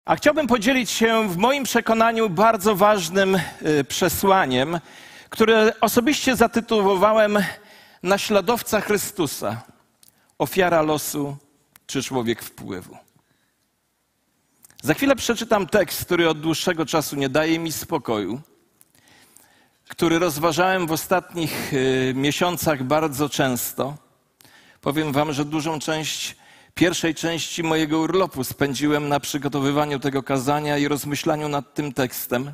A chciałbym podzielić się w moim przekonaniu bardzo ważnym przesłaniem, które osobiście zatytułowałem Naśladowca Chrystusa. Ofiara losu czy człowiek wpływu. Za chwilę przeczytam tekst, który od dłuższego czasu nie daje mi spokoju, który rozważałem w ostatnich miesiącach bardzo często. Powiem wam, że dużą część pierwszej części mojego urlopu spędziłem na przygotowywaniu tego kazania i rozmyślaniu nad tym tekstem.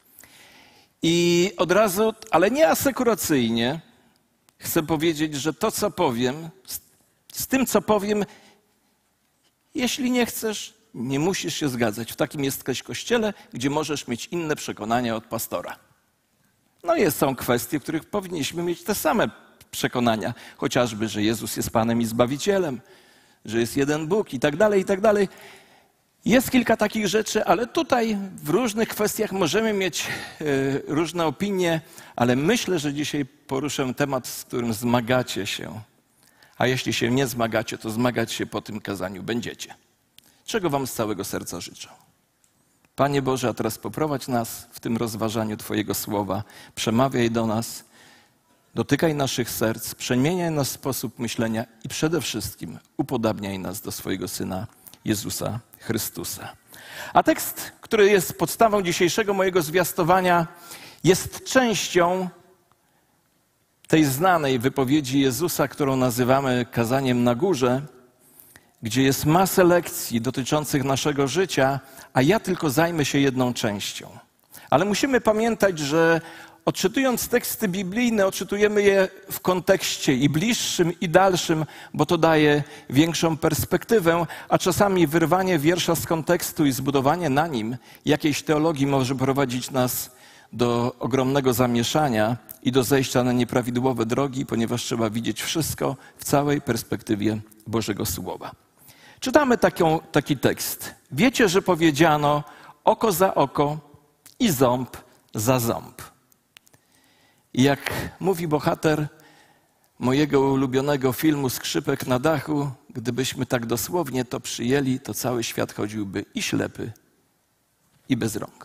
I od razu, ale nie asekuracyjnie, chcę powiedzieć, że to, co powiem, z tym, co powiem, jeśli nie chcesz, nie musisz się zgadzać. W takim jesteś kościele, gdzie możesz mieć inne przekonania od pastora. No są kwestie, w których powinniśmy mieć te same przekonania. Chociażby, że Jezus jest Panem i Zbawicielem, że jest jeden Bóg i tak dalej, i tak dalej. Jest kilka takich rzeczy, ale tutaj w różnych kwestiach możemy mieć różne opinie, ale myślę, że dzisiaj poruszę temat, z którym zmagacie się. A jeśli się nie zmagacie, to zmagać się po tym kazaniu będziecie. Czego wam z całego serca życzę. Panie Boże, a teraz poprowadź nas w tym rozważaniu Twojego Słowa. Przemawiaj do nas, dotykaj naszych serc, przemieniaj nasz sposób myślenia i przede wszystkim upodabniaj nas do swojego Syna Jezusa Chrystusa. A tekst, który jest podstawą dzisiejszego mojego zwiastowania, jest częścią tej znanej wypowiedzi Jezusa, którą nazywamy kazaniem na górze, gdzie jest masę lekcji dotyczących naszego życia, a ja tylko zajmę się jedną częścią. Ale musimy pamiętać, że odczytując teksty biblijne, odczytujemy je w kontekście i bliższym, i dalszym, bo to daje większą perspektywę, a czasami wyrwanie wiersza z kontekstu i zbudowanie na nim jakiejś teologii może prowadzić nas do ogromnego zamieszania i do zejścia na nieprawidłowe drogi, ponieważ trzeba widzieć wszystko w całej perspektywie Bożego Słowa. Czytamy taki tekst. Wiecie, że powiedziano oko za oko i ząb za ząb. I jak mówi bohater mojego ulubionego filmu Skrzypek na dachu, gdybyśmy tak dosłownie to przyjęli, to cały świat chodziłby i ślepy, i bez rąk,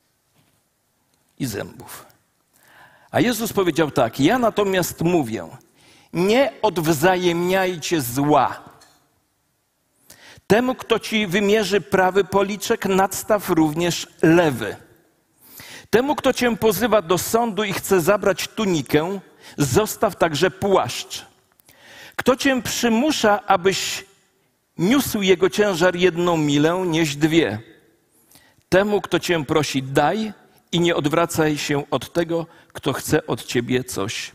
i zębów. A Jezus powiedział tak: ja natomiast mówię, nie odwzajemniajcie zła. Temu, kto ci wymierzy prawy policzek, nadstaw również lewy. Temu, kto cię pozywa do sądu i chce zabrać tunikę, zostaw także płaszcz. Kto cię przymusza, abyś niósł jego ciężar 1 milę, nieś 2. Temu, kto cię prosi, daj i nie odwracaj się od tego, kto chce od ciebie coś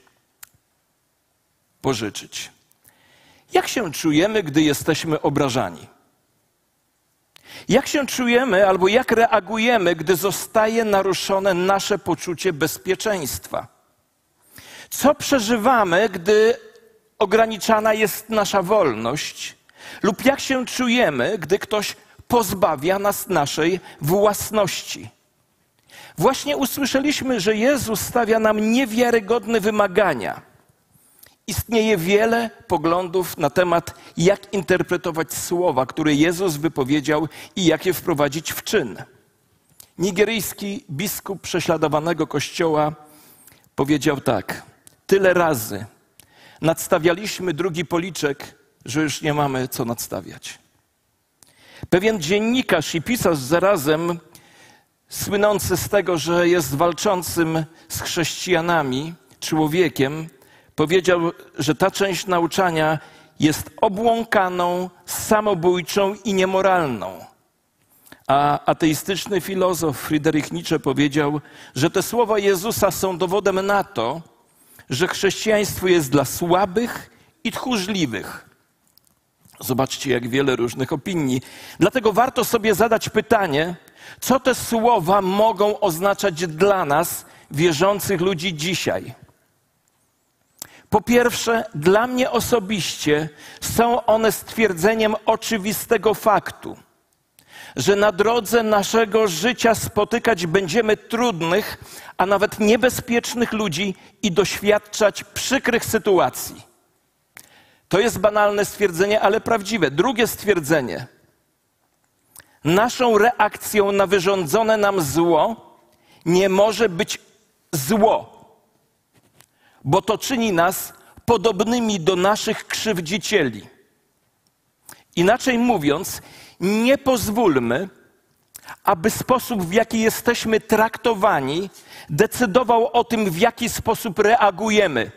pożyczyć. Jak się czujemy, gdy jesteśmy obrażani? Jak się czujemy albo jak reagujemy, gdy zostaje naruszone nasze poczucie bezpieczeństwa? Co przeżywamy, gdy ograniczana jest nasza wolność? Lub jak się czujemy, gdy ktoś pozbawia nas naszej własności? Właśnie usłyszeliśmy, że Jezus stawia nam niewiarygodne wymagania. Istnieje wiele poglądów na temat, jak interpretować słowa, które Jezus wypowiedział i jak je wprowadzić w czyn. Nigeryjski biskup prześladowanego kościoła powiedział tak: tyle razy nadstawialiśmy drugi policzek, że już nie mamy co nadstawiać. Pewien dziennikarz i pisarz zarazem, słynący z tego, że jest walczącym z chrześcijanami człowiekiem, powiedział, że ta część nauczania jest obłąkaną, samobójczą i niemoralną. A ateistyczny filozof Friedrich Nietzsche powiedział, że te słowa Jezusa są dowodem na to, że chrześcijaństwo jest dla słabych i tchórzliwych. Zobaczcie, jak wiele różnych opinii. Dlatego warto sobie zadać pytanie, co te słowa mogą oznaczać dla nas, wierzących ludzi dzisiaj. Po pierwsze, dla mnie osobiście są one stwierdzeniem oczywistego faktu, że na drodze naszego życia spotykać będziemy trudnych, a nawet niebezpiecznych ludzi i doświadczać przykrych sytuacji. To jest banalne stwierdzenie, ale prawdziwe. Drugie stwierdzenie. Naszą reakcją na wyrządzone nam zło nie może być zło, bo to czyni nas podobnymi do naszych krzywdzicieli. Inaczej mówiąc, nie pozwólmy, aby sposób, w jaki jesteśmy traktowani, decydował o tym, w jaki sposób reagujemy.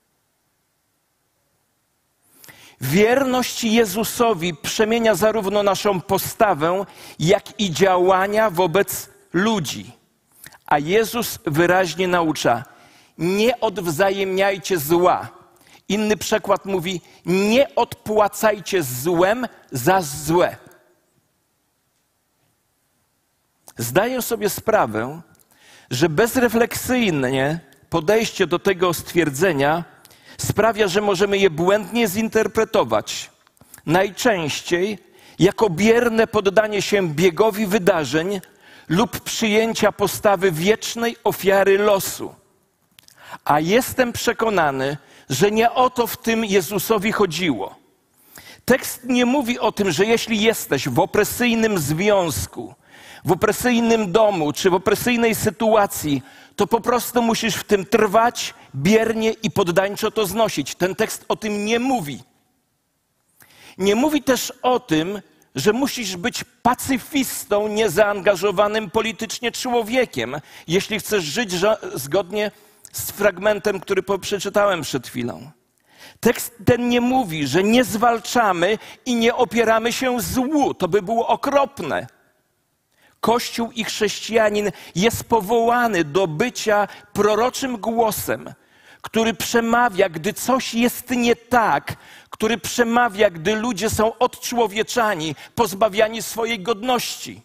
Wierność Jezusowi przemienia zarówno naszą postawę, jak i działania wobec ludzi. A Jezus wyraźnie naucza: nie odwzajemniajcie zła. Inny przekład mówi: nie odpłacajcie złem za złe. Zdaję sobie sprawę, że bezrefleksyjne podejście do tego stwierdzenia sprawia, że możemy je błędnie zinterpretować. Najczęściej jako bierne poddanie się biegowi wydarzeń lub przyjęcia postawy wiecznej ofiary losu. A jestem przekonany, że nie o to w tym Jezusowi chodziło. Tekst nie mówi o tym, że jeśli jesteś w opresyjnym związku, w opresyjnym domu czy w opresyjnej sytuacji, to po prostu musisz w tym trwać, biernie i poddańczo to znosić. Ten tekst o tym nie mówi. Nie mówi też o tym, że musisz być pacyfistą, niezaangażowanym politycznie człowiekiem, jeśli chcesz żyć zgodnie z fragmentem, który przeczytałem przed chwilą. Tekst ten nie mówi, że nie zwalczamy i nie opieramy się złu. To by było okropne. Kościół i chrześcijanin jest powołany do bycia proroczym głosem, który przemawia, gdy coś jest nie tak, który przemawia, gdy ludzie są odczłowieczani, pozbawiani swojej godności.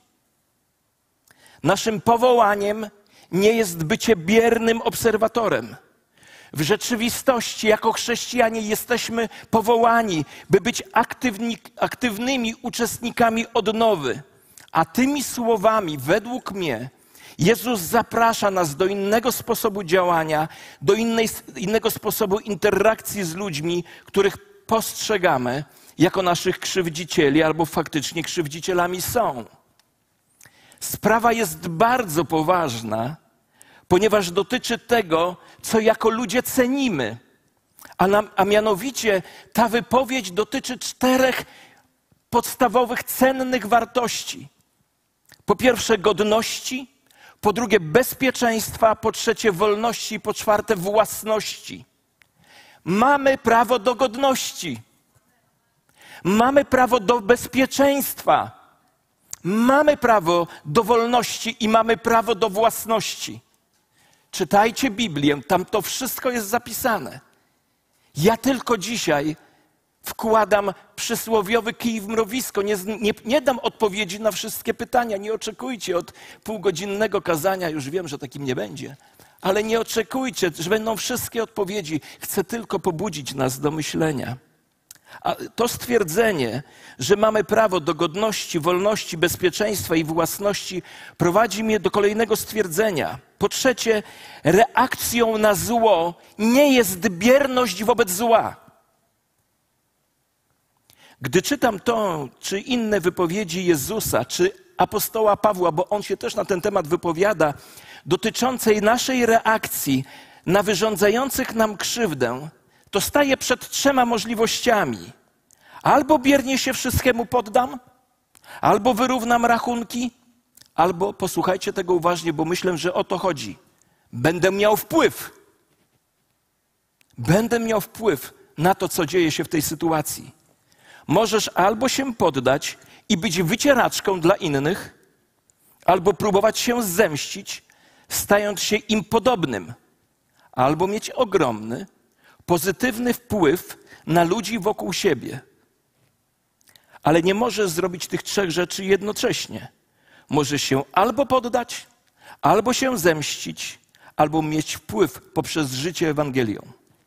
Naszym powołaniem nie jest bycie biernym obserwatorem. W rzeczywistości jako chrześcijanie jesteśmy powołani, by być aktywnymi uczestnikami odnowy. A tymi słowami, według mnie, Jezus zaprasza nas do innego sposobu działania, do innego sposobu interakcji z ludźmi, których postrzegamy jako naszych krzywdzicieli albo faktycznie krzywdzicielami są. Sprawa jest bardzo poważna, ponieważ dotyczy tego, co jako ludzie cenimy. A mianowicie ta wypowiedź dotyczy 4 podstawowych, cennych wartości. Po pierwsze godności, po drugie bezpieczeństwa, po trzecie wolności i po czwarte własności. Mamy prawo do godności. Mamy prawo do bezpieczeństwa. Mamy prawo do wolności i mamy prawo do własności. Czytajcie Biblię, tam to wszystko jest zapisane. Ja tylko dzisiaj wkładam przysłowiowy kij w mrowisko. Nie dam odpowiedzi na wszystkie pytania. Nie oczekujcie od półgodzinnego kazania, już wiem, że takim nie będzie, ale nie oczekujcie, że będą wszystkie odpowiedzi. Chcę tylko pobudzić nas do myślenia. A to stwierdzenie, że mamy prawo do godności, wolności, bezpieczeństwa i własności, prowadzi mnie do kolejnego stwierdzenia. Po trzecie, reakcją na zło nie jest bierność wobec zła. Gdy czytam to, czy inne wypowiedzi Jezusa, czy apostoła Pawła, bo on się też na ten temat wypowiada, dotyczącej naszej reakcji na wyrządzających nam krzywdę, to staję przed 3 możliwościami. Albo biernie się wszystkiemu poddam, albo wyrównam rachunki, albo, posłuchajcie tego uważnie, bo myślę, że o to chodzi, będę miał wpływ. Będę miał wpływ na to, co dzieje się w tej sytuacji. Możesz albo się poddać i być wycieraczką dla innych, albo próbować się zemścić, stając się im podobnym, albo mieć ogromny, pozytywny wpływ na ludzi wokół siebie. Ale nie możesz zrobić tych 3 rzeczy jednocześnie. Możesz się albo poddać, albo się zemścić, albo mieć wpływ poprzez życie Ewangelią.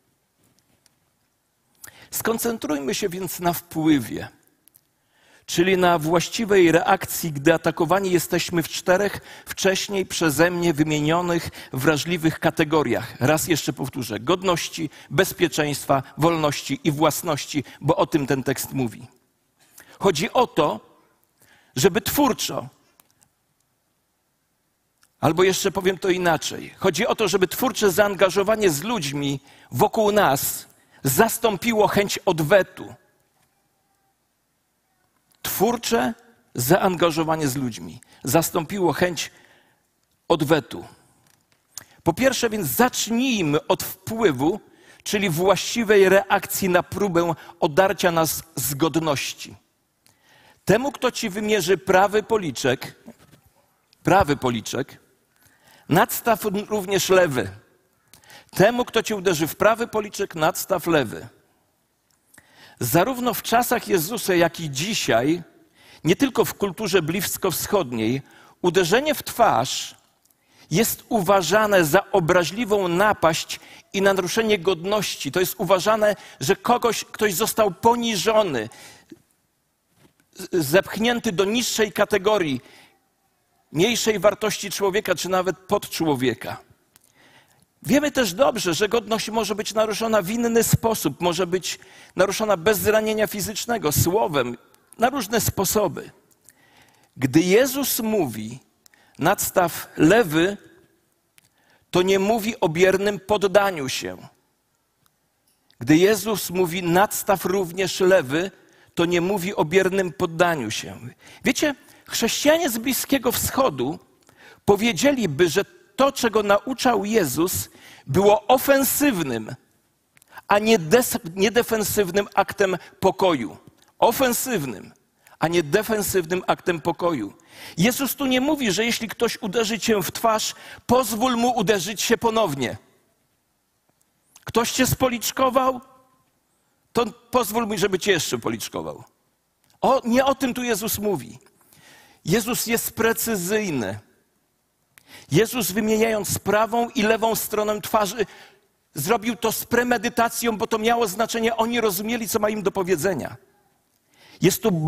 Skoncentrujmy się więc na wpływie, czyli na właściwej reakcji, gdy atakowani jesteśmy w 4 wcześniej przeze mnie wymienionych wrażliwych kategoriach. Raz jeszcze powtórzę: godności, bezpieczeństwa, wolności i własności, bo o tym ten tekst mówi. Chodzi o to, żeby twórczo, albo jeszcze powiem to inaczej. Chodzi o to, żeby twórcze zaangażowanie z ludźmi wokół nas zastąpiło chęć odwetu. Twórcze zaangażowanie z ludźmi zastąpiło chęć odwetu. Po pierwsze więc zacznijmy od wpływu, czyli właściwej reakcji na próbę odarcia nas z godności. Temu, kto ci wymierzy prawy policzek, nadstaw również lewy. Temu, kto cię uderzy w prawy policzek, nadstaw lewy. Zarówno w czasach Jezusa, jak i dzisiaj, nie tylko w kulturze bliskowschodniej, uderzenie w twarz jest uważane za obraźliwą napaść i naruszenie godności. To jest uważane, że ktoś został poniżony, zepchnięty do niższej kategorii, mniejszej wartości człowieka, czy nawet podczłowieka. Wiemy też dobrze, że godność może być naruszona w inny sposób. Może być naruszona bez zranienia fizycznego, słowem, na różne sposoby. Gdy Jezus mówi nadstaw lewy, to nie mówi o biernym poddaniu się. Gdy Jezus mówi nadstaw również lewy, to nie mówi o biernym poddaniu się. Wiecie, chrześcijanie z Bliskiego Wschodu powiedzieliby, że to, czego nauczał Jezus, było ofensywnym, a nie defensywnym aktem pokoju. Ofensywnym, a nie defensywnym aktem pokoju. Jezus tu nie mówi, że jeśli ktoś uderzy cię w twarz, pozwól mu uderzyć się ponownie. Ktoś cię spoliczkował, to pozwól mi, żeby cię jeszcze policzkował. Nie o tym tu Jezus mówi. Jezus jest precyzyjny. Jezus, wymieniając prawą i lewą stronę twarzy, zrobił to z premedytacją, bo to miało znaczenie. Oni rozumieli, co ma im do powiedzenia. Jest tu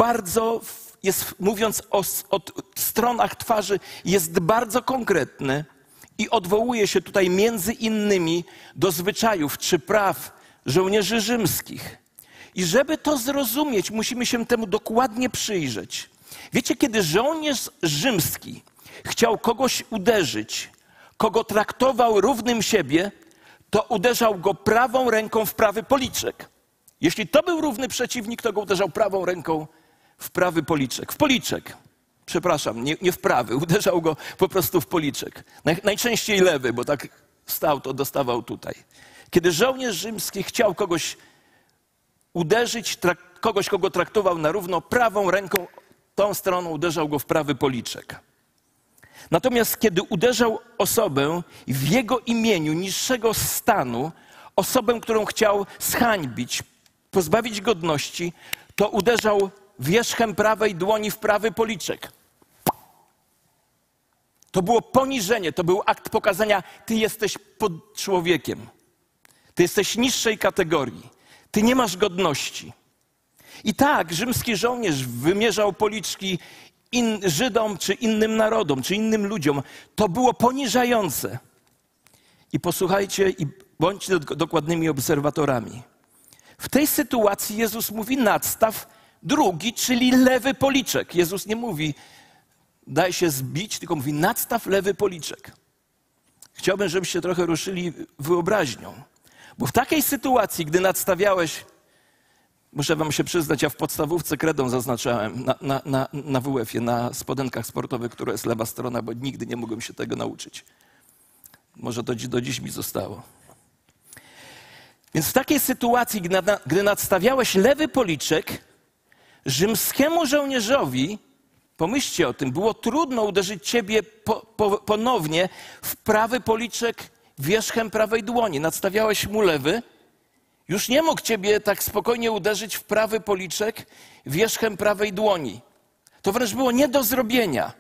mówiąc o stronach twarzy, jest bardzo konkretny i odwołuje się tutaj między innymi do zwyczajów czy praw żołnierzy rzymskich. I żeby to zrozumieć, musimy się temu dokładnie przyjrzeć. Wiecie, kiedy żołnierz rzymski chciał kogoś uderzyć, kogo traktował równym siebie, to uderzał go prawą ręką w prawy policzek. Jeśli to był równy przeciwnik, to go uderzał prawą ręką w prawy policzek. W policzek. Przepraszam, nie w prawy. Uderzał go po prostu w policzek. Najczęściej lewy, bo tak stał, to dostawał tutaj. Kiedy żołnierz rzymski chciał kogoś uderzyć, kogoś, kogo traktował na równo, prawą ręką, tą stroną uderzał go w prawy policzek. Natomiast kiedy uderzał osobę w jego imieniu niższego stanu, osobę, którą chciał zhańbić, pozbawić godności, to uderzał wierzchem prawej dłoni w prawy policzek. To było poniżenie, to był akt pokazania, ty jesteś pod człowiekiem. Ty jesteś niższej kategorii. Ty nie masz godności. I tak rzymski żołnierz wymierzał policzki Żydom, czy innym narodom, czy innym ludziom. To było poniżające. I posłuchajcie i bądźcie dokładnymi obserwatorami. W tej sytuacji Jezus mówi nadstaw drugi, czyli lewy policzek. Jezus nie mówi daj się zbić, tylko mówi nadstaw lewy policzek. Chciałbym, żebyście trochę ruszyli wyobraźnią. Bo w takiej sytuacji, gdy nadstawiałeś, muszę wam się przyznać, ja w podstawówce kredą zaznaczałem na WF-ie, na spodenkach sportowych, która jest lewa strona, bo nigdy nie mogłem się tego nauczyć. Może to do dziś mi zostało. Więc w takiej sytuacji, gdy nadstawiałeś lewy policzek, rzymskiemu żołnierzowi, pomyślcie o tym, było trudno uderzyć ciebie ponownie w prawy policzek wierzchem prawej dłoni. Nadstawiałeś mu lewy, już nie mógł ciebie tak spokojnie uderzyć w prawy policzek wierzchem prawej dłoni. To wręcz było nie do zrobienia.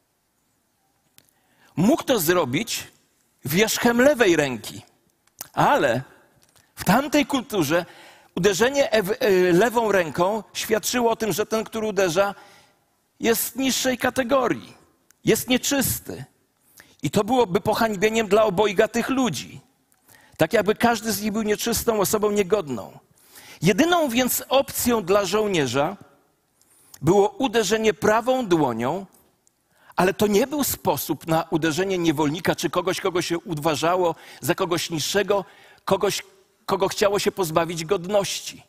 Mógł to zrobić wierzchem lewej ręki, ale w tamtej kulturze uderzenie lewą ręką świadczyło o tym, że ten, który uderza, jest niższej kategorii, jest nieczysty. I to byłoby pohańbieniem dla obojga tych ludzi. Tak jakby każdy z nich był nieczystą osobą niegodną. Jedyną więc opcją dla żołnierza było uderzenie prawą dłonią, ale to nie był sposób na uderzenie niewolnika czy kogoś, kogo się uważało za kogoś niższego, kogoś, kogo chciało się pozbawić godności.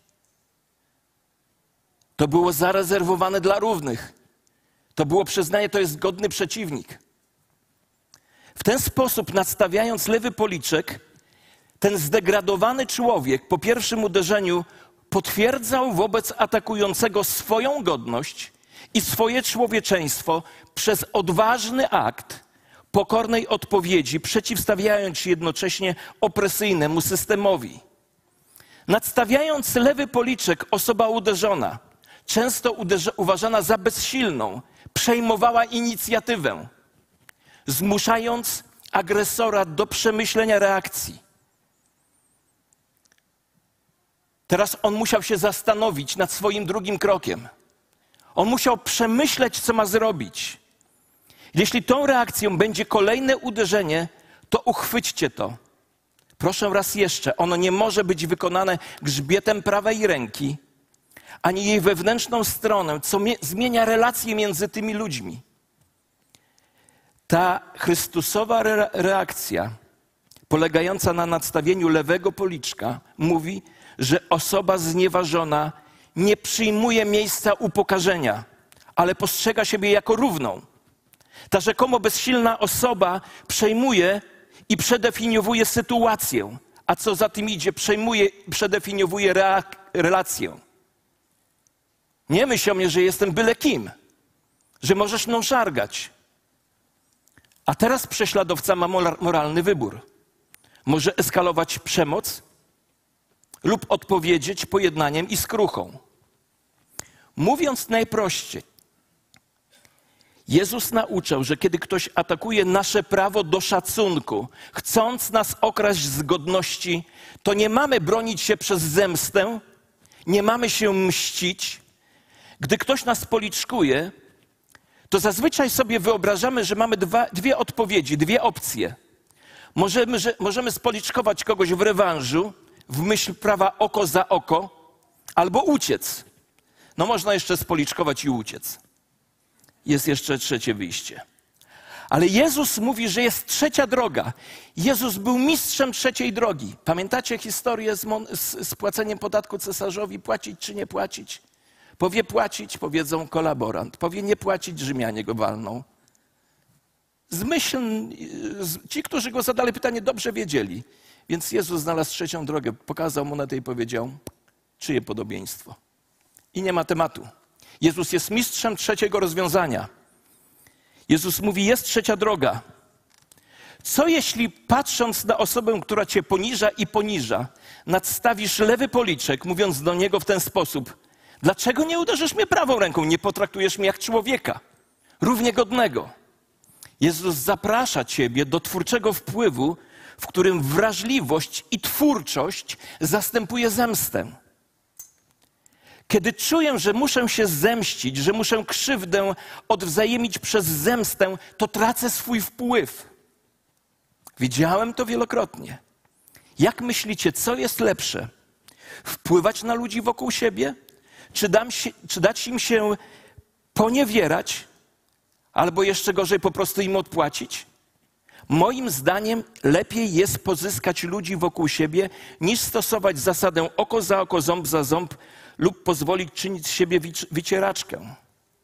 To było zarezerwowane dla równych. To było przyznanie, to jest godny przeciwnik. W ten sposób, nadstawiając lewy policzek, ten zdegradowany człowiek po pierwszym uderzeniu potwierdzał wobec atakującego swoją godność i swoje człowieczeństwo przez odważny akt pokornej odpowiedzi, przeciwstawiając się jednocześnie opresyjnemu systemowi. Nadstawiając lewy policzek, osoba uderzona, często uważana za bezsilną, przejmowała inicjatywę, zmuszając agresora do przemyślenia reakcji. Teraz on musiał się zastanowić nad swoim drugim krokiem. On musiał przemyśleć, co ma zrobić. Jeśli tą reakcją będzie kolejne uderzenie, to uchwyćcie to. Proszę raz jeszcze, ono nie może być wykonane grzbietem prawej ręki, ani jej wewnętrzną stronę, co zmienia relacje między tymi ludźmi. Ta Chrystusowa reakcja, polegająca na nadstawieniu lewego policzka, mówi, że osoba znieważona nie przyjmuje miejsca upokarzenia, ale postrzega siebie jako równą. Ta rzekomo bezsilna osoba przejmuje i przedefiniowuje sytuację, a co za tym idzie, przejmuje i przedefiniowuje relację. Nie myśl o mnie, że jestem byle kim, że możesz mną szargać. A teraz prześladowca ma moralny wybór. Może eskalować przemoc lub odpowiedzieć pojednaniem i skruchą. Mówiąc najprościej, Jezus nauczał, że kiedy ktoś atakuje nasze prawo do szacunku, chcąc nas okraść z godności, to nie mamy bronić się przez zemstę, nie mamy się mścić. Gdy ktoś nas policzkuje, to zazwyczaj sobie wyobrażamy, że mamy dwie odpowiedzi, dwie opcje. Możemy spoliczkować kogoś w rewanżu, w myśl prawa oko za oko, albo uciec. No można jeszcze spoliczkować i uciec. Jest jeszcze trzecie wyjście. Ale Jezus mówi, że jest trzecia droga. Jezus był mistrzem trzeciej drogi. Pamiętacie historię z płaceniem podatku cesarzowi? Płacić czy nie płacić? Powie płacić, powiedzą kolaborant. Powie nie płacić, Rzymianie go walną. Ci, którzy go zadali pytanie, dobrze wiedzieli. Więc Jezus znalazł trzecią drogę, pokazał monetę i powiedział, czyje podobieństwo. I nie ma tematu. Jezus jest mistrzem trzeciego rozwiązania. Jezus mówi, jest trzecia droga. Co jeśli patrząc na osobę, która cię poniża, nadstawisz lewy policzek, mówiąc do niego w ten sposób, dlaczego nie uderzysz mnie prawą ręką, nie potraktujesz mnie jak człowieka, równie godnego? Jezus zaprasza ciebie do twórczego wpływu, w którym wrażliwość i twórczość zastępuje zemstę. Kiedy czuję, że muszę się zemścić, że muszę krzywdę odwzajemnić przez zemstę, to tracę swój wpływ. Widziałem to wielokrotnie. Jak myślicie, co jest lepsze? Wpływać na ludzi wokół siebie? Czy dać im się poniewierać? Albo jeszcze gorzej, po prostu im odpłacić? Moim zdaniem lepiej jest pozyskać ludzi wokół siebie, niż stosować zasadę oko za oko, ząb za ząb lub pozwolić czynić z siebie wycieraczkę.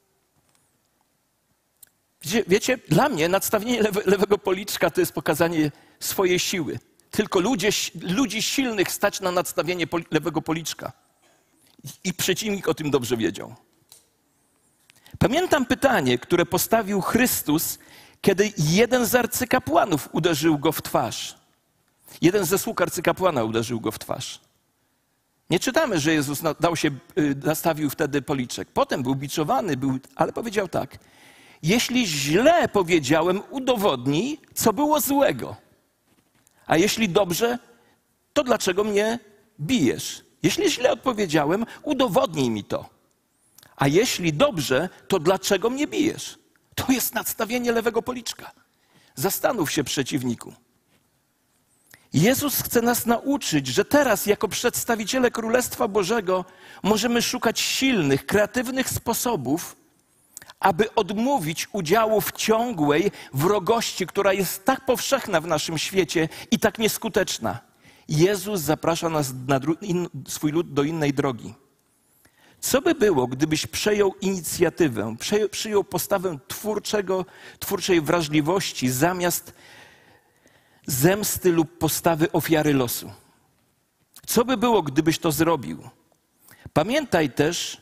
Wiecie, dla mnie nadstawienie lewego policzka to jest pokazanie swojej siły. Tylko ludzi silnych stać na nadstawienie lewego policzka. I przeciwnik o tym dobrze wiedział. Pamiętam pytanie, które postawił Chrystus, kiedy jeden z arcykapłanów uderzył go w twarz. Jeden ze sług arcykapłana uderzył go w twarz. Nie czytamy, że Jezus nastawił wtedy policzek. Potem był biczowany, ale powiedział tak. Jeśli źle powiedziałem, udowodnij, co było złego. A jeśli dobrze, to dlaczego mnie bijesz? Jeśli źle odpowiedziałem, udowodnij mi to. A jeśli dobrze, to dlaczego mnie bijesz? To jest nadstawienie lewego policzka. Zastanów się, przeciwniku. Jezus chce nas nauczyć, że teraz jako przedstawiciele Królestwa Bożego możemy szukać silnych, kreatywnych sposobów, aby odmówić udziału w ciągłej wrogości, która jest tak powszechna w naszym świecie i tak nieskuteczna. Jezus zaprasza nas, swój lud, do innej drogi. Co by było, gdybyś przejął inicjatywę, przyjął postawę twórczej wrażliwości zamiast zemsty lub postawy ofiary losu? Co by było, gdybyś to zrobił? Pamiętaj też,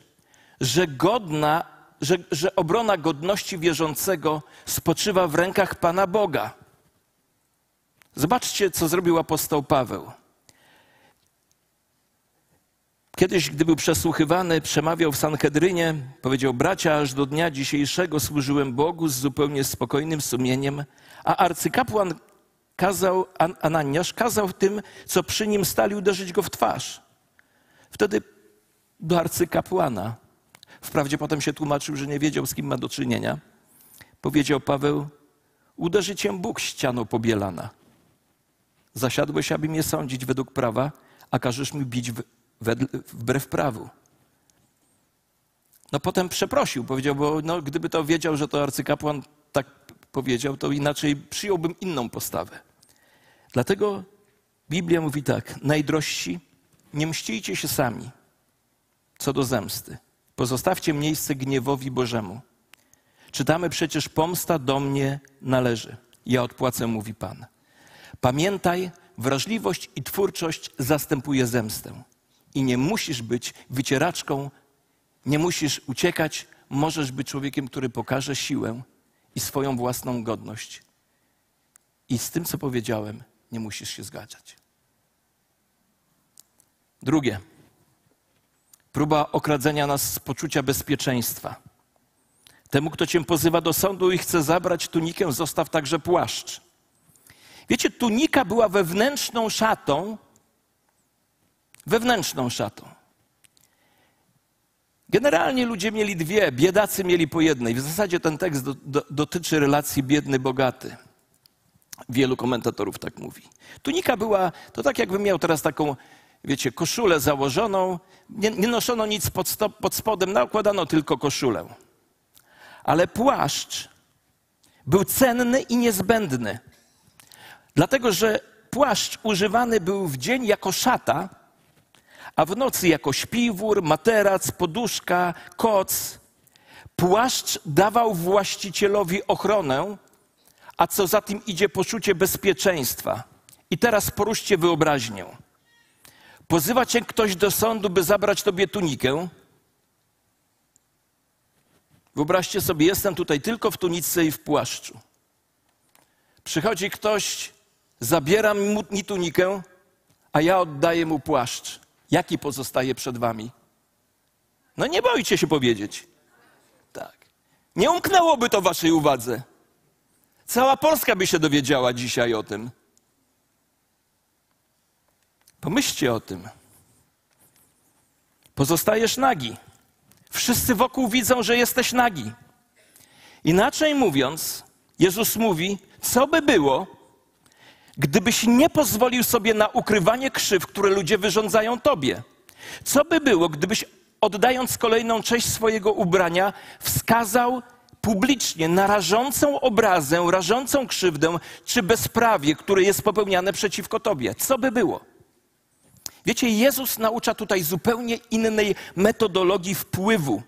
że obrona godności wierzącego spoczywa w rękach Pana Boga. Zobaczcie, co zrobił apostoł Paweł. Kiedyś, gdy był przesłuchiwany, przemawiał w Sanhedrynie, powiedział: bracia, aż do dnia dzisiejszego służyłem Bogu z zupełnie spokojnym sumieniem, a arcykapłan Ananiasz kazał tym, co przy nim stali, uderzyć go w twarz. Wtedy do arcykapłana, wprawdzie potem się tłumaczył, że nie wiedział, z kim ma do czynienia, powiedział Paweł: uderzy cię Bóg ścianą pobielana. Zasiadłeś, aby mnie sądzić według prawa, a każesz mi bić wbrew prawu. No potem przeprosił, powiedział, bo gdyby to wiedział, że to arcykapłan tak powiedział, to inaczej przyjąłbym inną postawę. Dlatego Biblia mówi tak: najdrożsi, nie mścijcie się sami co do zemsty. Pozostawcie miejsce gniewowi Bożemu. Czytamy przecież: pomsta do mnie należy. Ja odpłacę, mówi Pan. Pamiętaj, wrażliwość i twórczość zastępuje zemstę. I nie musisz być wycieraczką, nie musisz uciekać. Możesz być człowiekiem, który pokaże siłę i swoją własną godność. I z tym, co powiedziałem, nie musisz się zgadzać. Drugie. Próba okradzenia nas z poczucia bezpieczeństwa. Temu, kto cię pozywa do sądu i chce zabrać tunikę, zostaw także płaszcz. Wiecie, tunika była wewnętrzną szatą. Generalnie ludzie mieli dwie, biedacy mieli po jednej. W zasadzie ten tekst dotyczy relacji biedny-bogaty. Wielu komentatorów tak mówi. Tunika była, to tak jakbym miał teraz taką, wiecie, koszulę założoną. Nie noszono nic pod spodem, nakładano tylko koszulę. Ale płaszcz był cenny i niezbędny. Dlatego, że płaszcz używany był w dzień jako szata, a w nocy jako śpiwór, materac, poduszka, koc. Płaszcz dawał właścicielowi ochronę, a co za tym idzie, poczucie bezpieczeństwa. I teraz poruszcie wyobraźnię. Pozywa cię ktoś do sądu, by zabrać tobie tunikę. Wyobraźcie sobie, jestem tutaj tylko w tunice i w płaszczu. Przychodzi ktoś, zabiera mi tunikę, a ja oddaję mu płaszcz. Jaki pozostaje przed wami? No nie boicie się powiedzieć. Tak. Nie umknęłoby to waszej uwadze. Cała Polska by się dowiedziała dzisiaj o tym. Pomyślcie o tym. Pozostajesz nagi. Wszyscy wokół widzą, że jesteś nagi. Inaczej mówiąc, Jezus mówi: co by było, gdybyś nie pozwolił sobie na ukrywanie krzyw, które ludzie wyrządzają tobie? Co by było, gdybyś, oddając kolejną część swojego ubrania, wskazał publicznie na rażącą obrazę, rażącą krzywdę czy bezprawie, które jest popełniane przeciwko tobie? Co by było? Wiecie, Jezus naucza tutaj zupełnie innej metodologii wpływu.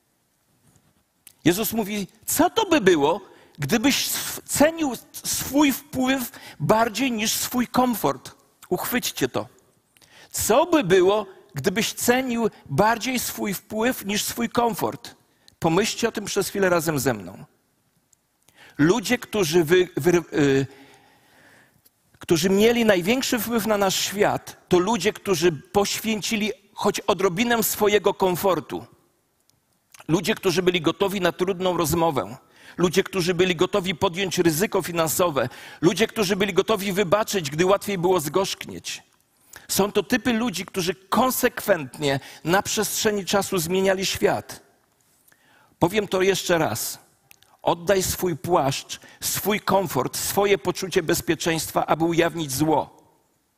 Jezus mówi: co to by było, gdybyś cenił swój wpływ bardziej niż swój komfort? Uchwyćcie to. Co by było, gdybyś cenił bardziej swój wpływ niż swój komfort? Pomyślcie o tym przez chwilę razem ze mną. Ludzie, którzy mieli największy wpływ na nasz świat, to ludzie, którzy poświęcili choć odrobinę swojego komfortu. Ludzie, którzy byli gotowi na trudną rozmowę. Ludzie, którzy byli gotowi podjąć ryzyko finansowe. Ludzie, którzy byli gotowi wybaczyć, gdy łatwiej było zgorzknieć. Są to typy ludzi, którzy konsekwentnie na przestrzeni czasu zmieniali świat. Powiem to jeszcze raz. Oddaj swój płaszcz, swój komfort, swoje poczucie bezpieczeństwa, aby ujawnić zło.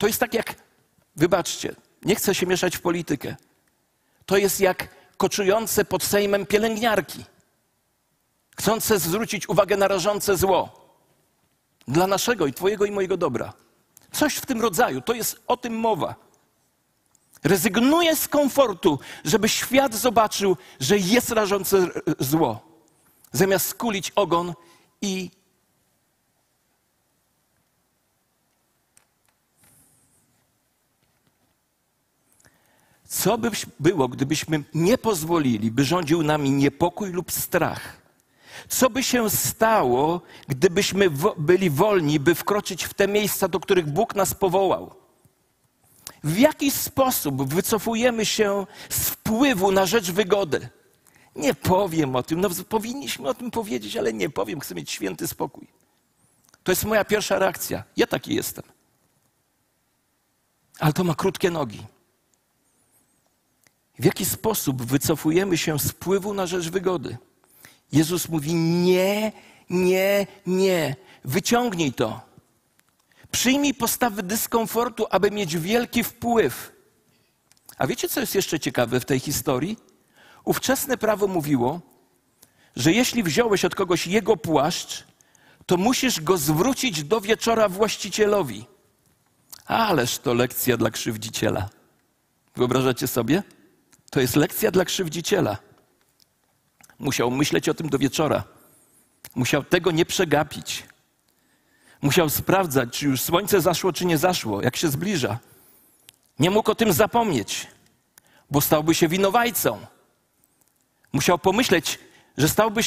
To jest tak jak, wybaczcie, nie chcę się mieszać w politykę. To jest jak koczujące pod Sejmem pielęgniarki, chcące zwrócić uwagę na rażące zło dla naszego i twojego i mojego dobra. Coś w tym rodzaju, to jest o tym mowa. Rezygnuję z komfortu, żeby świat zobaczył, że jest rażące zło, zamiast skulić ogon i co by było, gdybyśmy nie pozwolili, by rządził nami niepokój lub strach? Co by się stało, gdybyśmy byli wolni, by wkroczyć w te miejsca, do których Bóg nas powołał? W jaki sposób wycofujemy się z wpływu na rzecz wygody? Nie powiem o tym, no powinniśmy o tym powiedzieć, ale nie powiem, chcę mieć święty spokój. To jest moja pierwsza reakcja. Ja taki jestem. Ale to ma krótkie nogi. W jaki sposób wycofujemy się z wpływu na rzecz wygody? Jezus mówi nie, nie, nie. Wyciągnij to. Przyjmij postawy dyskomfortu, aby mieć wielki wpływ. A wiecie, co jest jeszcze ciekawe w tej historii? Ówczesne prawo mówiło, że jeśli wziąłeś od kogoś jego płaszcz, to musisz go zwrócić do wieczora właścicielowi. Ależ to lekcja dla krzywdziciela. Wyobrażacie sobie? To jest lekcja dla krzywdziciela. Musiał myśleć o tym do wieczora. Musiał tego nie przegapić. Musiał sprawdzać, czy już słońce zaszło, czy nie zaszło, jak się zbliża. Nie mógł o tym zapomnieć, bo stałby się winowajcą. Musiał pomyśleć, że stanąłby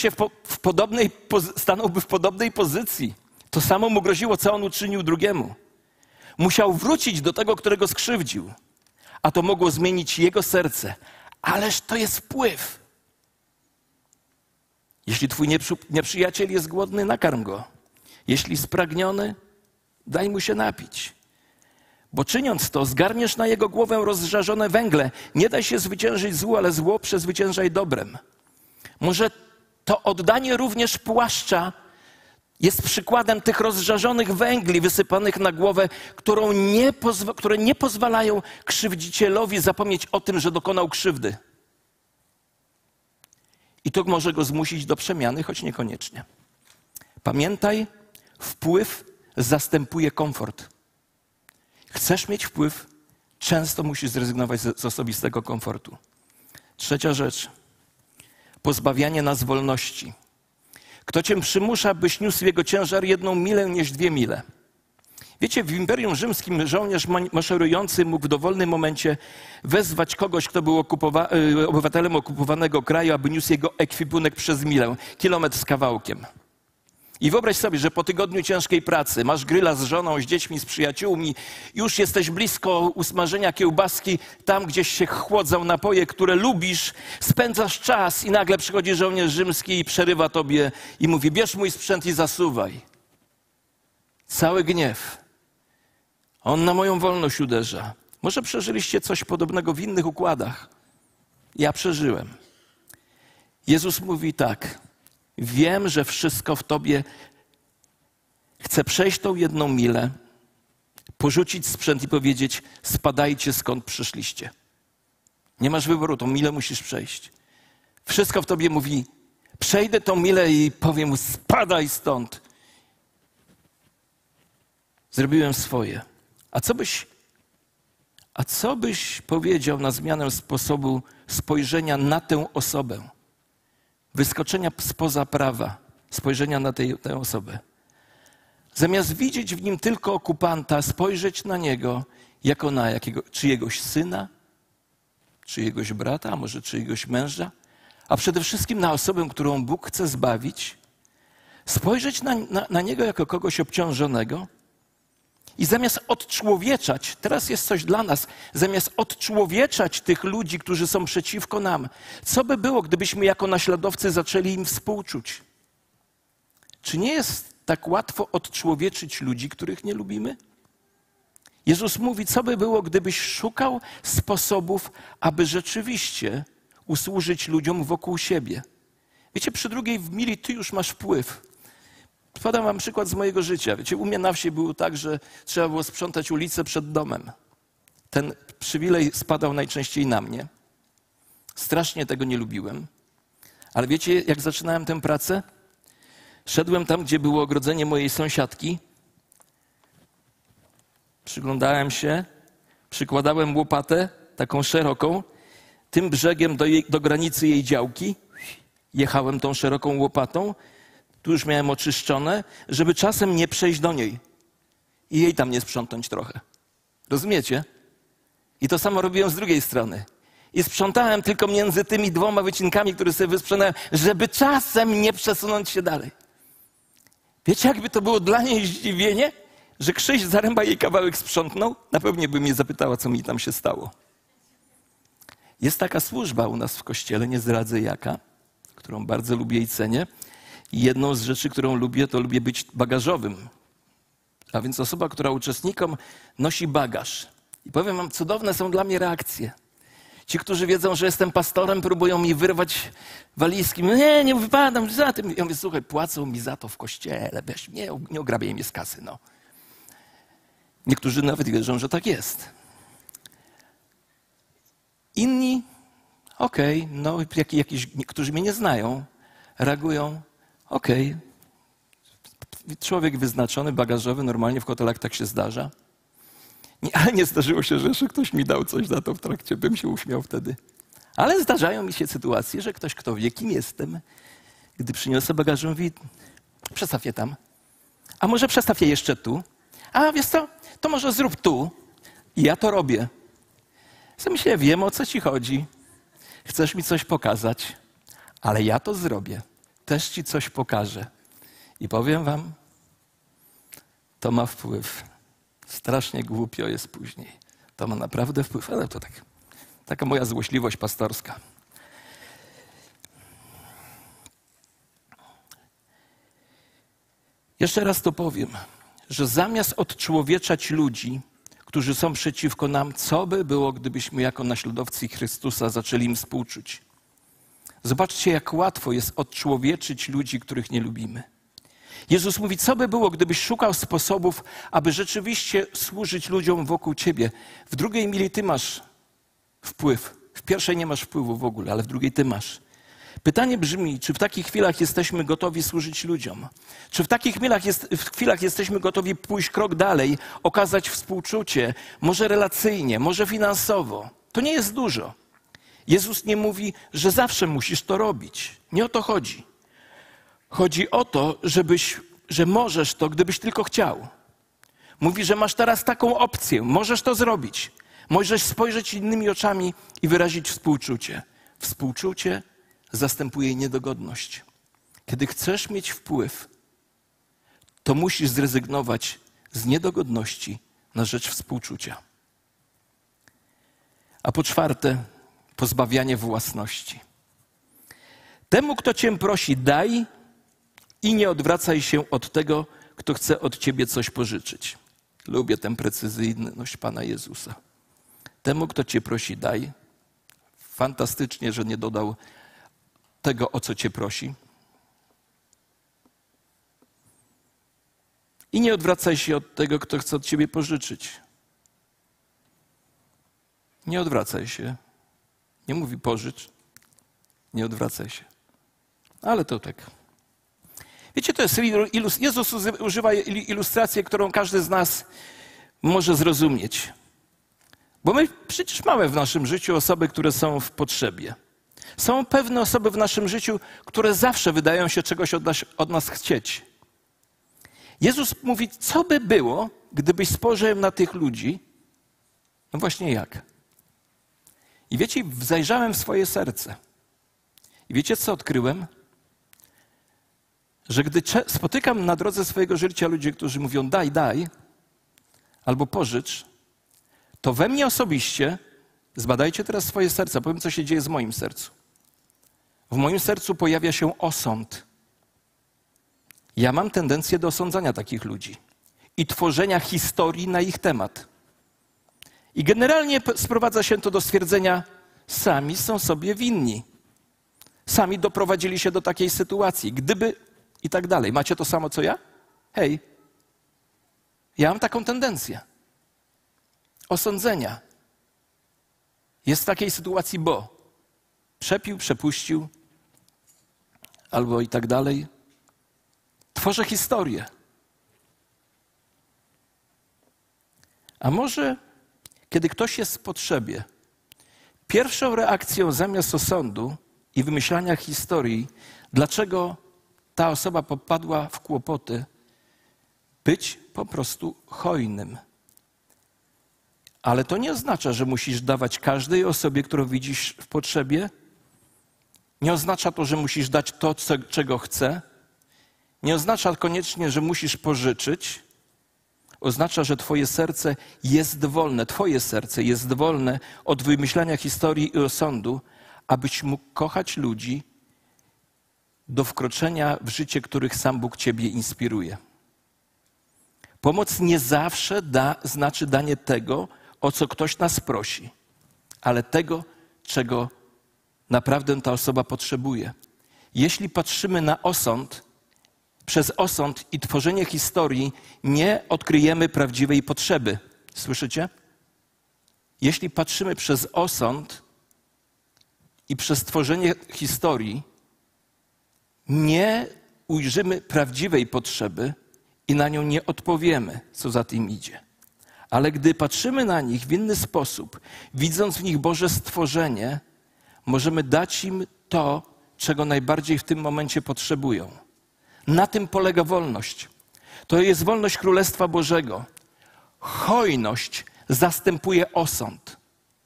w podobnej pozycji. To samo mu groziło, co on uczynił drugiemu. Musiał wrócić do tego, którego skrzywdził. A to mogło zmienić jego serce. Ależ to jest wpływ. Jeśli twój nieprzyjaciel jest głodny, nakarm go. Jeśli spragniony, daj mu się napić. Bo czyniąc to, zgarniesz na jego głowę rozżarzone węgle. Nie daj się zwyciężyć złu, ale zło przezwyciężaj dobrem. Może to oddanie również płaszcza jest przykładem tych rozżarzonych węgli wysypanych na głowę, które nie pozwalają krzywdzicielowi zapomnieć o tym, że dokonał krzywdy. I to może go zmusić do przemiany, choć niekoniecznie. Pamiętaj, wpływ zastępuje komfort. Chcesz mieć wpływ, często musisz zrezygnować z osobistego komfortu. Trzecia rzecz. Pozbawianie nas wolności. Kto cię przymusza, byś niósł jego ciężar 1 milę niż 2 mile? Wiecie, w Imperium Rzymskim żołnierz maszerujący mógł w dowolnym momencie wezwać kogoś, kto był obywatelem okupowanego kraju, aby niósł jego ekwipunek przez milę, kilometr z kawałkiem. I wyobraź sobie, że po tygodniu ciężkiej pracy masz gryla z żoną, z dziećmi, z przyjaciółmi, już jesteś blisko usmażenia kiełbaski, tam gdzieś się chłodzą napoje, które lubisz, spędzasz czas i nagle przychodzi żołnierz rzymski i przerywa tobie i mówi: bierz mój sprzęt i zasuwaj. Cały gniew. On na moją wolność uderza. Może przeżyliście coś podobnego w innych układach. Ja przeżyłem. Jezus mówi tak: wiem, że wszystko w tobie chce przejść tą 1 milę, porzucić sprzęt i powiedzieć: spadajcie, skąd przyszliście. Nie masz wyboru, tą milę musisz przejść. Wszystko w tobie mówi: przejdę tą milę i powiem mu: spadaj stąd. Zrobiłem swoje. A co byś powiedział na zmianę sposobu spojrzenia na tę osobę? Wyskoczenia spoza prawa, spojrzenia na tę osobę. Zamiast widzieć w nim tylko okupanta, spojrzeć na niego jako na czyjegoś syna, czyjegoś brata, a może czyjegoś męża, a przede wszystkim na osobę, którą Bóg chce zbawić. Spojrzeć na niego jako kogoś obciążonego i zamiast odczłowieczać, teraz jest coś dla nas, zamiast odczłowieczać tych ludzi, którzy są przeciwko nam, co by było, gdybyśmy jako naśladowcy zaczęli im współczuć? Czy nie jest tak łatwo odczłowieczyć ludzi, których nie lubimy? Jezus mówi, co by było, gdybyś szukał sposobów, aby rzeczywiście usłużyć ludziom wokół siebie. Wiecie, przy 2 mili ty już masz wpływ. Podam wam przykład z mojego życia. Wiecie, u mnie na wsi było tak, że trzeba było sprzątać ulicę przed domem. Ten przywilej spadał najczęściej na mnie. Strasznie tego nie lubiłem. Ale wiecie, jak zaczynałem tę pracę? Szedłem tam, gdzie było ogrodzenie mojej sąsiadki. Przyglądałem się, przykładałem łopatę, taką szeroką, tym brzegiem do granicy jej działki. Jechałem tą szeroką łopatą, tu już miałem oczyszczone, żeby czasem nie przejść do niej i jej tam nie sprzątnąć trochę. Rozumiecie? I to samo robiłem z drugiej strony. I sprzątałem tylko między tymi dwoma wycinkami, które sobie wysprzątałem, żeby czasem nie przesunąć się dalej. Wiecie, jakby to było dla niej zdziwienie, że Krzyś Zaręba jej kawałek sprzątnął? Na pewno by mnie zapytała, co mi tam się stało. Jest taka służba u nas w kościele, nie zdradzę jaka, którą bardzo lubię i cenię. I jedną z rzeczy, którą lubię, to lubię być bagażowym. A więc osoba, która uczestnikom nosi bagaż. I powiem wam, cudowne są dla mnie reakcje. Ci, którzy wiedzą, że jestem pastorem, próbują mi wyrwać walizki. Nie wypadam za tym. Ja mówię, słuchaj, płacą mi za to w kościele. Weź, nie ograbiaj mnie z kasy, no. Niektórzy nawet wierzą, że tak jest. Inni, no którzy mnie nie znają, reagują, człowiek wyznaczony, bagażowy, normalnie w hotelach tak się zdarza. Ale nie zdarzyło się, że jeszcze ktoś mi dał coś za to w trakcie, bym się uśmiał wtedy. Ale zdarzają mi się sytuacje, że ktoś, kto wie, kim jestem, gdy przyniosę bagaż, mówi, przestaw je tam. A może przestaw je jeszcze tu? A wiesz co, to może zrób tu. I ja to robię. Ja myślę, wiem, o co ci chodzi. Chcesz mi coś pokazać, ale ja to zrobię. Też ci coś pokażę. I powiem wam, to ma wpływ. Strasznie głupio jest później. To ma naprawdę wpływ, ale to taka moja złośliwość pastorska. Jeszcze raz to powiem, że zamiast odczłowieczać ludzi, którzy są przeciwko nam, co by było, gdybyśmy jako naśladowcy Chrystusa zaczęli im współczuć? Zobaczcie, jak łatwo jest odczłowieczyć ludzi, których nie lubimy. Jezus mówi, co by było, gdybyś szukał sposobów, aby rzeczywiście służyć ludziom wokół ciebie. W drugiej mili ty masz wpływ. W pierwszej nie masz wpływu w ogóle, ale w drugiej ty masz. Pytanie brzmi, czy w takich chwilach jesteśmy gotowi służyć ludziom? Czy w takich chwilach jesteśmy gotowi pójść krok dalej, okazać współczucie, może relacyjnie, może finansowo? To nie jest dużo. Jezus nie mówi, że zawsze musisz to robić. Nie o to chodzi. Chodzi o to, że możesz to, gdybyś tylko chciał. Mówi, że masz teraz taką opcję, możesz to zrobić. Możesz spojrzeć innymi oczami i wyrazić współczucie. Współczucie zastępuje niedogodność. Kiedy chcesz mieć wpływ, to musisz zrezygnować z niedogodności na rzecz współczucia. A po czwarte, pozbawianie własności. Temu, kto cię prosi, daj i nie odwracaj się od tego, kto chce od ciebie coś pożyczyć. Lubię tę precyzyjność Pana Jezusa. Temu, kto cię prosi, daj. Fantastycznie, że nie dodał tego, o co cię prosi. I nie odwracaj się od tego, kto chce od ciebie pożyczyć. Nie odwracaj się. Nie mówi pożycz. Nie odwracaj się. Ale to tak. Wiecie, to jest Jezus używa ilustracji, którą każdy z nas może zrozumieć. Bo my przecież mamy w naszym życiu osoby, które są w potrzebie. Są pewne osoby w naszym życiu, które zawsze wydają się czegoś od nas chcieć. Jezus mówi, co by było, gdybyś spojrzał na tych ludzi? No właśnie jak? I wiecie, zajrzałem w swoje serce. I wiecie, co odkryłem? Że gdy spotykam na drodze swojego życia ludzi, którzy mówią daj, albo pożycz, to we mnie osobiście, zbadajcie teraz swoje serca, powiem, co się dzieje z moim sercu. W moim sercu pojawia się osąd. Ja mam tendencję do osądzania takich ludzi i tworzenia historii na ich temat. I generalnie sprowadza się to do stwierdzenia, sami są sobie winni. Sami doprowadzili się do takiej sytuacji. Gdyby i tak dalej. Macie to samo, co ja? Hej, ja mam taką tendencję osądzenia. Jest w takiej sytuacji, bo przepił, przepuścił, albo i tak dalej. Tworzę historię. A może, kiedy ktoś jest w potrzebie, pierwszą reakcją zamiast osądu i wymyślania historii, dlaczego ta osoba popadła w kłopoty, być po prostu hojnym. Ale to nie oznacza, że musisz dawać każdej osobie, którą widzisz w potrzebie. Nie oznacza to, że musisz dać to, czego chce. Nie oznacza koniecznie, że musisz pożyczyć. Oznacza, że twoje serce jest wolne od wymyślania historii i osądu, abyś mógł kochać ludzi do wkroczenia w życie, których sam Bóg ciebie inspiruje. Pomoc nie zawsze znaczy danie tego, o co ktoś nas prosi, ale tego, czego naprawdę ta osoba potrzebuje. Jeśli patrzymy na osąd, przez osąd i tworzenie historii nie odkryjemy prawdziwej potrzeby. Słyszycie? Jeśli patrzymy przez osąd i przez tworzenie historii, nie ujrzymy prawdziwej potrzeby i na nią nie odpowiemy, co za tym idzie. Ale gdy patrzymy na nich w inny sposób, widząc w nich Boże stworzenie, możemy dać im to, czego najbardziej w tym momencie potrzebują. Na tym polega wolność. To jest wolność Królestwa Bożego. Hojność zastępuje osąd.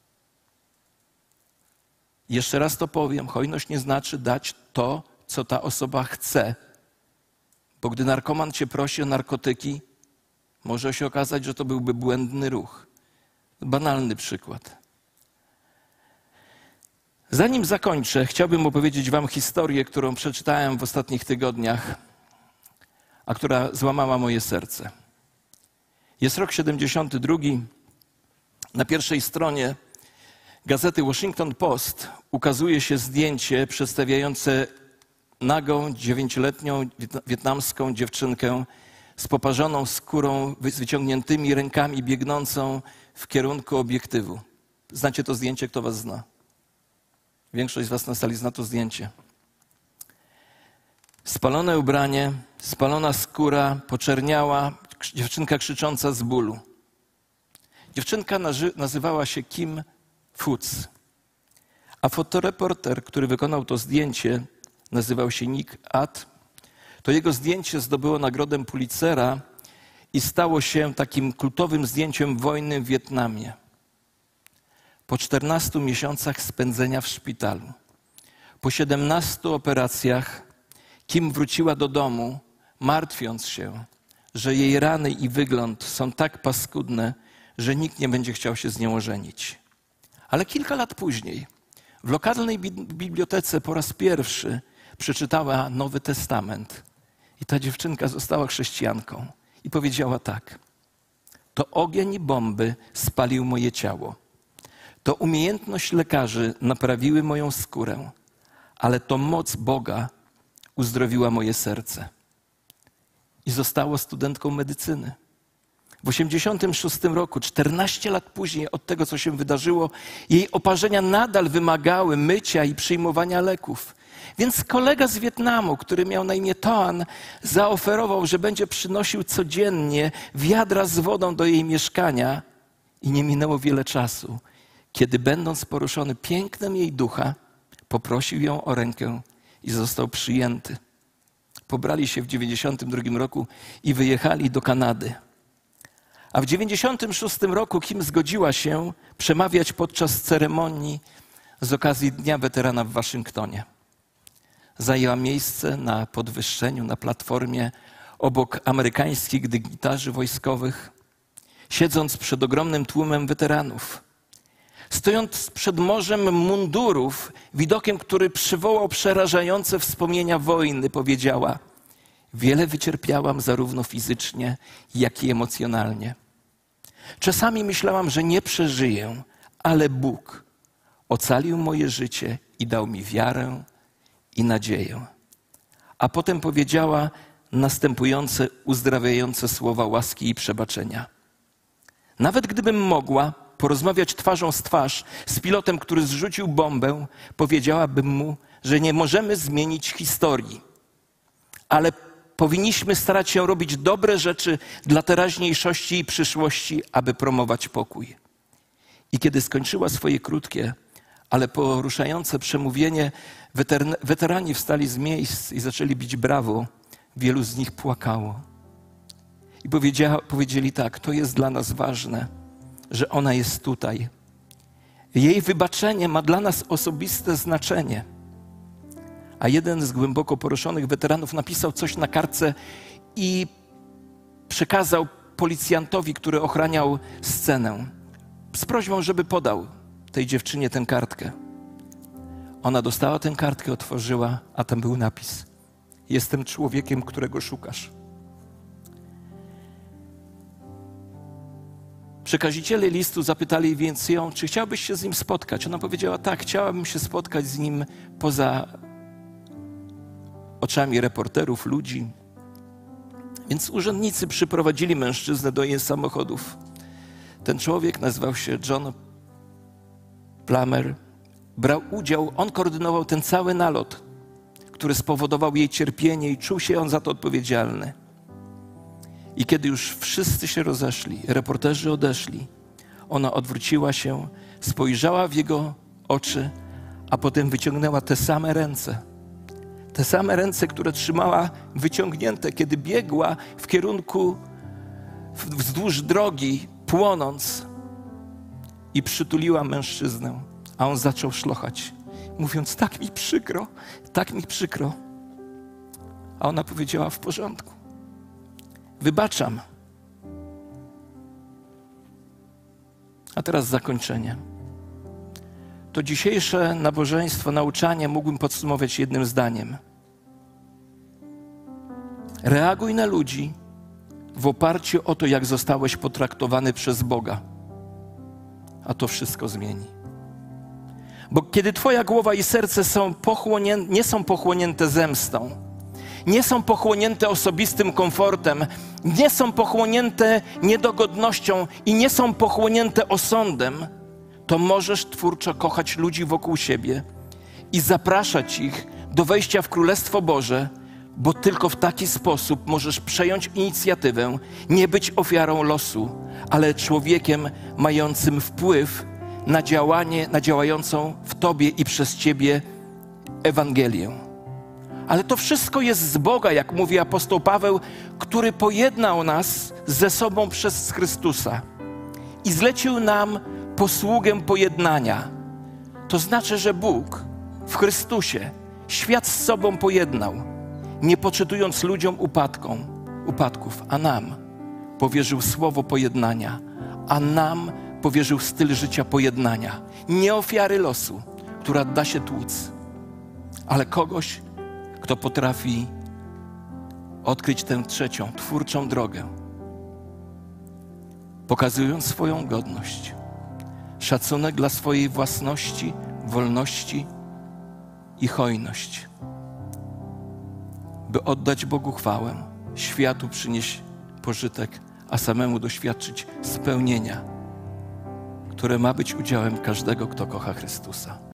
Jeszcze raz to powiem, hojność nie znaczy dać to, co ta osoba chce. Bo gdy narkoman cię prosi o narkotyki, może się okazać, że to byłby błędny ruch. Banalny przykład. Zanim zakończę, chciałbym opowiedzieć wam historię, którą przeczytałem w ostatnich tygodniach, a która złamała moje serce. Jest rok 72. Na pierwszej stronie gazety Washington Post ukazuje się zdjęcie przedstawiające nagą, 9-letnią wietnamską dziewczynkę z poparzoną skórą, z wyciągniętymi rękami, biegnącą w kierunku obiektywu. Znacie to zdjęcie? Kto was zna? Większość z was na sali zna to zdjęcie. Spalone ubranie, spalona skóra, poczerniała, dziewczynka krzycząca z bólu. Dziewczynka nazywała się Kim Foods, a fotoreporter, który wykonał to zdjęcie, nazywał się Nick At. To jego zdjęcie zdobyło nagrodę Pulitzera i stało się takim kultowym zdjęciem wojny w Wietnamie. Po 14 miesiącach spędzenia w szpitalu, po 17 operacjach, Kim wróciła do domu, martwiąc się, że jej rany i wygląd są tak paskudne, że nikt nie będzie chciał się z nią ożenić. Ale kilka lat później w lokalnej bibliotece po raz pierwszy przeczytała Nowy Testament i ta dziewczynka została chrześcijanką i powiedziała tak: to ogień i bomby spalił moje ciało, to umiejętność lekarzy naprawiły moją skórę, ale to moc Boga uzdrowiła moje serce. I została studentką medycyny. W 1986 roku, 14 lat później od tego, co się wydarzyło, jej oparzenia nadal wymagały mycia i przyjmowania leków. Więc kolega z Wietnamu, który miał na imię Toan, zaoferował, że będzie przynosił codziennie wiadra z wodą do jej mieszkania. I nie minęło wiele czasu, kiedy będąc poruszony pięknem jej ducha, poprosił ją o rękę i został przyjęty. Pobrali się w 1992 roku i wyjechali do Kanady. A w 1996 roku Kim zgodziła się przemawiać podczas ceremonii z okazji Dnia Weterana w Waszyngtonie. Zajęła miejsce na podwyższeniu, na platformie obok amerykańskich dygnitarzy wojskowych, siedząc przed ogromnym tłumem weteranów. Stojąc przed morzem mundurów, widokiem, który przywołał przerażające wspomnienia wojny, powiedziała: wiele wycierpiałam zarówno fizycznie, jak i emocjonalnie. Czasami myślałam, że nie przeżyję, ale Bóg ocalił moje życie i dał mi wiarę i nadzieję. A potem powiedziała: następujące uzdrawiające słowa łaski i przebaczenia. Nawet gdybym mogła porozmawiać twarzą z twarz z pilotem, który zrzucił bombę, powiedziałabym mu, że nie możemy zmienić historii, ale powinniśmy starać się robić dobre rzeczy dla teraźniejszości i przyszłości, aby promować pokój. I kiedy skończyła swoje krótkie, ale poruszające przemówienie, weterani wstali z miejsc i zaczęli bić brawo. Wielu z nich płakało. I powiedzieli tak, to jest dla nas ważne, że ona jest tutaj. Jej wybaczenie ma dla nas osobiste znaczenie. A jeden z głęboko poruszonych weteranów napisał coś na kartce i przekazał policjantowi, który ochraniał scenę, z prośbą, żeby podał tej dziewczynie tę kartkę. Ona dostała tę kartkę, otworzyła, a tam był napis: jestem człowiekiem, którego szukasz. Przekaziciele listu zapytali więc ją, czy chciałbyś się z nim spotkać. Ona powiedziała, tak, chciałabym się spotkać z nim poza oczami reporterów, ludzi. Więc urzędnicy przyprowadzili mężczyznę do jej samochodów. Ten człowiek nazywał się John Plummer. Brał udział, on koordynował ten cały nalot, który spowodował jej cierpienie i czuł się on za to odpowiedzialny. I kiedy już wszyscy się rozeszli, reporterzy odeszli, ona odwróciła się, spojrzała w jego oczy, a potem wyciągnęła te same ręce, które trzymała wyciągnięte, kiedy biegła w kierunku wzdłuż drogi, płonąc, i przytuliła mężczyznę, a on zaczął szlochać, mówiąc, tak mi przykro. A ona powiedziała, w porządku, wybaczam. A teraz zakończenie. To dzisiejsze nabożeństwo, nauczanie mógłbym podsumować jednym zdaniem. Reaguj na ludzi w oparciu o to, jak zostałeś potraktowany przez Boga. A to wszystko zmieni. Bo kiedy twoja głowa i serce nie są pochłonięte zemstą, nie są pochłonięte osobistym komfortem, nie są pochłonięte niedogodnością i nie są pochłonięte osądem, to możesz twórczo kochać ludzi wokół siebie i zapraszać ich do wejścia w Królestwo Boże, bo tylko w taki sposób możesz przejąć inicjatywę, nie być ofiarą losu, ale człowiekiem mającym wpływ na działającą w tobie i przez ciebie Ewangelię. Ale to wszystko jest z Boga, jak mówi apostoł Paweł, który pojednał nas ze sobą przez Chrystusa i zlecił nam posługę pojednania. To znaczy, że Bóg w Chrystusie świat z sobą pojednał, nie poczytując ludziom upadków, a nam powierzył słowo pojednania, a nam powierzył styl życia pojednania. Nie ofiary losu, która da się tłuc, ale kogoś, kto potrafi odkryć tę trzecią, twórczą drogę, pokazując swoją godność, szacunek dla swojej własności, wolności i hojność, by oddać Bogu chwałę, światu przynieść pożytek, a samemu doświadczyć spełnienia, które ma być udziałem każdego, kto kocha Chrystusa.